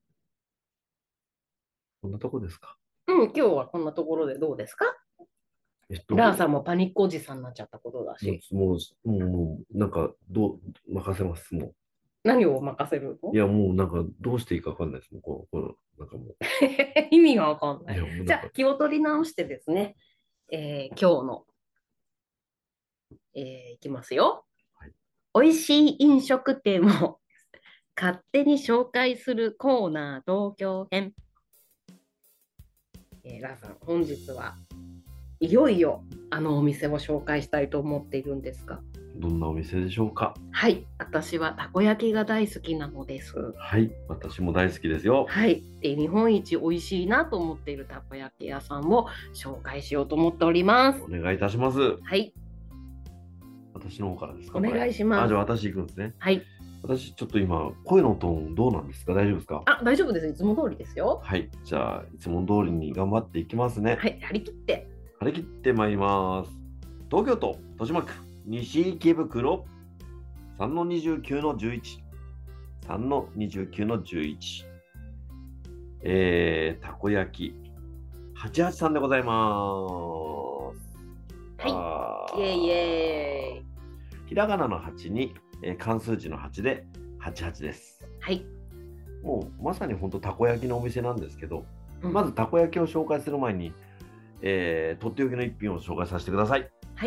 こんなとこですか？ うん、今日はこんなところでどうですか？ えっと、もラーさんもパニックおじさんになっちゃったことだし。 う、もう、もう、もうなんか、どう、任せます、もう。 何を任せるの？ いや、もうなんか、どうしていいかわかんないです。もう、こう、この、なんかも意味がわかんなう、いい。 や、もうなんか、 じゃあ、気を取り直してですね、えー今日の、えーいきますよ。 はい、 美味しい飲食店を勝手に紹介するコーナー東京編。えーラーさん、本日はいよいよあのお店を紹介したいと思っているんですが、 どんなお店でしょうか？ はい、私はたこ焼きが大好きなのです。 はい、私も大好きですよ。 はい、で日本一美味しいなと思っているたこ焼き屋さんを紹介しようと思っております。 お願いいたします。 はい、 私の方からですか？ お願いします。 あ、じゃあ私行くんですね。 はい。 私、ちょっと今、声のトーンどうなんですか？大丈夫ですか？ あ、大丈夫です。いつも通りですよ。 はい。じゃあ、いつも通りに頑張っていきますね。 はい。張り切って。 張り切ってまいります。東京都豊島区西池袋さんのにじゅうきゅうのじゅういち。さんのにじゅうきゅうのじゅういち。えー、たこ焼きはちはちさんでございます。 はあい。イエイイエーイ。 ひらがなのはちに、えー漢数字のはちではちはちです。 はい。 もうまさに本当たこ焼きのお店なんですけど、 うんまずたこ焼きを紹介する前に、えー、とっておきの一品を紹介させてください。 はい。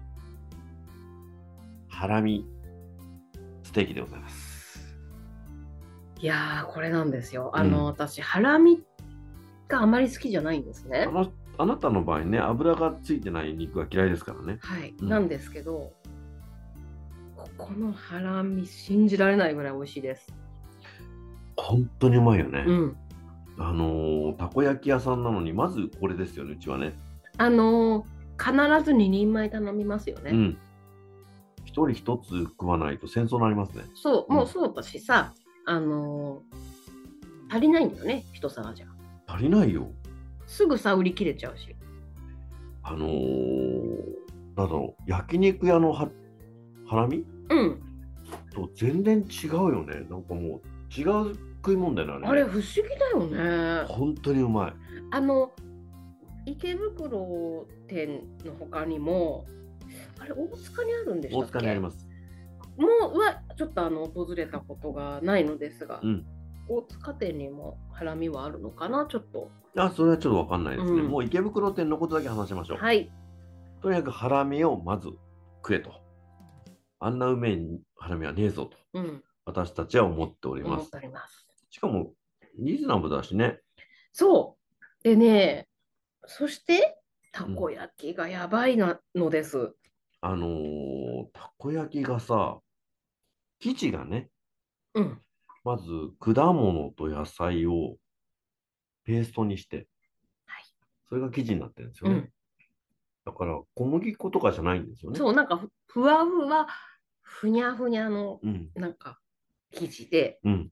ハラミステーキでございます。 いやー、これなんですよ。あの、 うん私、ハラミがあまり好きじゃないんですね。 あのあなたの場合ね、油がついてない肉は嫌いですからね。 はい。 うんなんですけど、ここのハラミ、信じられないぐらい美味しいです。 本当にうまいよね。 うん。 あのーたこ焼き屋さんなのに、まずこれですよね、うちはね。 あのー必ずににんまえ頼みますよね。 うん。一人一つ食わないと戦争になりますね。 そう、 うんもうそうだしさ、あのー足りないんだよね、一皿じゃ。 足りないよ。 すぐさ、売り切れちゃうし。 あのー、なんだろう、焼肉屋のはハラミうん。 と全然違うよね。なんかもう違う食い物だよね。 あれ、不思議だよね。 本当にうまい。 あの、池袋店の他にも、あれ、大塚にあるんでした大っけ？ 塚にあります。 もうはちょっとあの訪れたことがないのですが、 うん。 大塚店にもハラミはあるのかな、ちょっと。 あ、それはちょっとわかんないですね。 うんもう池袋店のことだけ話しましょう。 はい。 とにかくハラミをまず食えと。あんなうめえハラミはねえぞと。 うん。 私たちは思っております思って。おります。 しかも、リーズナブルだしね。 そう。でね、そして、たうんこ焼きがやばいなのです。 あのーたこ焼きがさ、生地がね、 うん。 まず果物と野菜をペーストにして、 はい。 それが生地になってるんですよね。 うん。 だから小麦粉とかじゃないんですよね。 そう、なんかふ、ふわふわ、ふにゃふにゃの、 うん。 なんか、生地で、 うん。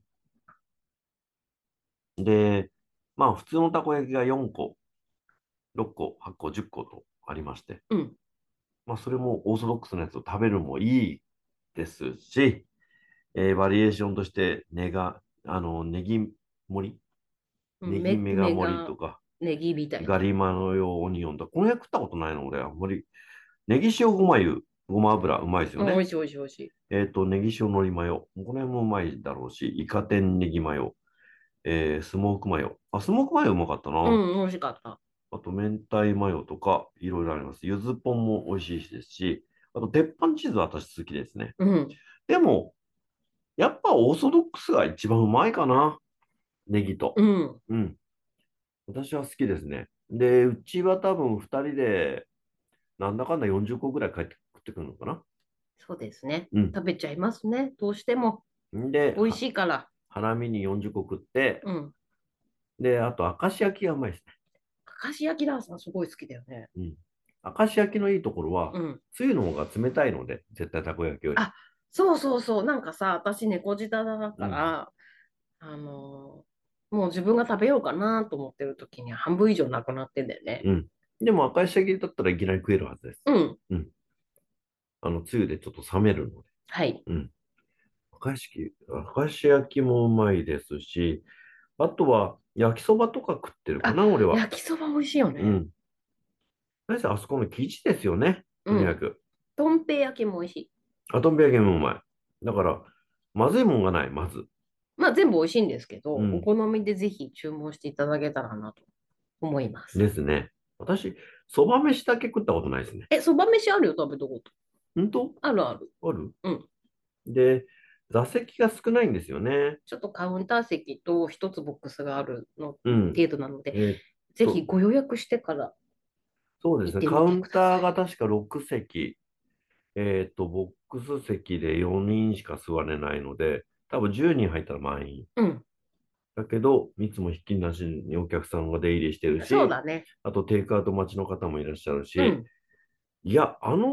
で、まあ普通のたこ焼きがよんこ、ろっこ、はっこ、じゅっことありまして、 うん。 まあそれもオーソドックスなやつを食べるもいいですし、えーバリエーションとしてネガ、あの、ネギ盛り、ネギめ、 メガメガ盛りとか、 ネギみたいな。 ガリマの用オニオンとか、この辺食ったことないの俺、あんまり。ネギ塩ごま油、ごま油、うまいですよね。 うん、おいしいおいしいおいしい。 えっと、ネギ塩のりマヨ。この辺もうまいだろうし、イカ天ネギマヨ、えースモークマヨ。あ、スモークマヨうまかったな。 うん、美味しかった。 あと、明太マヨとか、いろいろあります。ゆずポンも美味しいですし、あと、鉄板チーズは私好きですね。 うん。 でも、やっぱオーソドックスが一番うまいかな。ネギと。 うん。 うん。私は好きですね。で、うちは多分ふたりで、なんだかんだよんじゅっこぐらい帰って食ってくるのかな。 そうですね。 うん。 食べちゃいますね。どうしても。 で、 美味はしいから。 ハラミによんじゅっこ食って、 うん。 で、あと、明石焼きがうまいです明石焼きラーさんすごい好きだよね。 ね。うん。明石焼きのいいところは、 うん。 つゆの方が冷たいので、絶対たこ焼きより。 あ、そうそうそう。なんかさ、私猫舌だうん。 から、あのーもう自分が食べようかなと思ってる時には半分以上なくなってんだよね。 うん。でも、明石焼きだったらいきなり食えるはずです。 うん。 うん。あの、つゆでちょっと冷めるので。 はい。 うん。明石焼き、明石焼きもうまいですし、あとは、焼きそばとか食ってるかあ、 な、俺は。 焼きそば美味しいよね。 うん。何せあそこの生地ですよね。とにかうん。 く。 とんぺい焼きも美味しい。 あとんべ焼きもうまい。だから、まずいもんがない、まず。 まあ全部美味しいんですけど、 うん。 お好みでぜひ注文していただけたらなと思います。 ですね。私、そば飯だけ食ったことないですね。 え、そば飯あるよ、食べたこと。 本当あるある。 あるうん。 で、座席が少ないんですよね。 ちょっとカウンター席と一つボックスがあるのうん。 程度なので、 えーっぜひと、 ご予約してからそうですね。 行ってみカウンてください。 ターが確かろく席。えーっと、ボックス席でよにんしか座れないので、多分じゅうにん入ったら満員。 うん。 だけど、いつもひっきりなしにお客さんが出入りしてるし、 そうだね。 あとテイクアウト待ちの方もいらっしゃるし、 うん。 いや、あの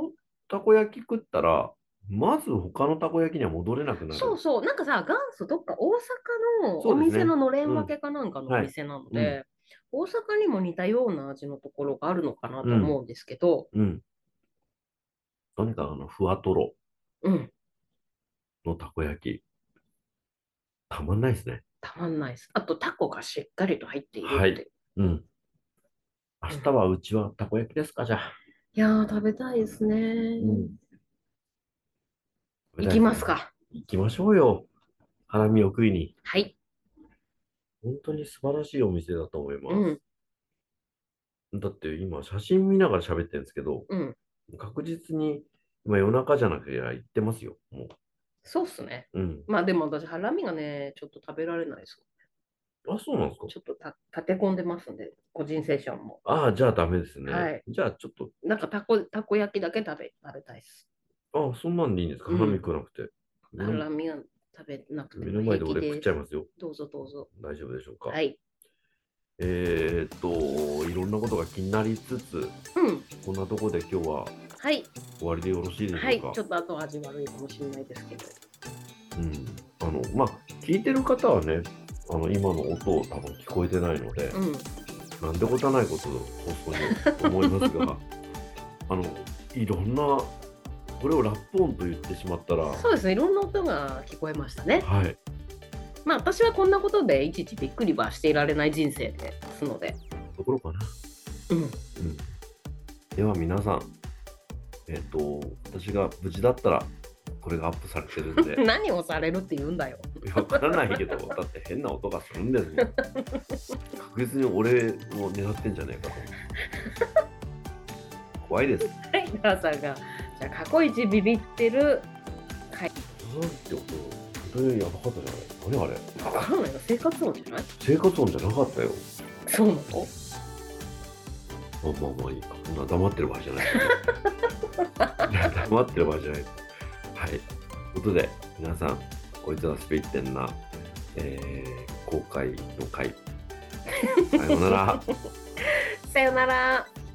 たこ焼き食ったら、まず他のたこ焼きには戻れなくなる。 そうそう、なんかさ、元祖どっか大阪のそうですねお店ののれん分けかなんかのおはい店なのうんで、大阪にも似たような味のところがあるのかなうんと思うんですけど、 うん。とにかくあの、ふわとろうん、 のたこ焼き、たまんないですね。 たまんないです。あと、タコがしっかりと入っているはい。 って。 うん。明うん日はうちはたこ焼きですか、じゃあ。 いやー、食べたいですね。 うん。食べ行きたいですね。 ますか。 行きましょうよ。ハラミを食いに。 はい。 本当に素晴らしいお店だと思います。 うん、 だって今写真見ながら喋ってるんですけど、 うん。 確実に今夜中じゃなくて行ってますよ。もそうっすね。 う。うん。 まあでも私、ハラミがね、ちょっと食べられないです。 あ、そうなんですか。 ちょっとた立て込んでますんで、個人セッションも。 ああ、じゃあダメですね。 はい。 じゃあちょっと、 なんかたこ、たこ焼きだけ食べ、食べたいです。 ああ、そんなんでいいんですか。ハラミうん。 食わなくて。目ハのラミが食べなくて目も平の前で俺食っ気です。 ちゃいますよ。 どうぞどうぞ。 大丈夫でしょうか。 はい。 えーっと、いろんなことが気になりつつ、 うん。 こんなところで今日ははい。 終わりでよろしいでしょうか。 はい。ちょっと後味悪いかもしれないですけど。 うん。あの、まあ、聞いてる方はね、あの、今の音を多分聞こえてないので、 うん。 なんでことないことを放送に思いますが、あの、いろんな、これをラップ音と言ってしまったら、 そうですね。いろんな音が聞こえましたね。 はい。 まあ私はこんなことでいちいちびっくりはしていられない人生ですので。 ところかな。 うん。 うん。では皆さん、えっ、と、私が無事だったら、これがアップされてるんで、 何をされるって言うんだよ。 わからないけど、だって変な音がするんですもん。確実に俺を狙ってんじゃねえかと。怖いです。 はい。皆さんが、じゃあ過去一ビビってる回。 なんて音、それやばかったじゃない。何あれ。 わからないよ。生活音じゃない生活音じゃなかったよ。 そうなのまあまあまあいいか。そんな黙ってる場合じゃない。黙ってる場合じゃない。はい。ということで、皆さん、こいつはスピリテンな、えー、公開の回。さようなら。 さよなら。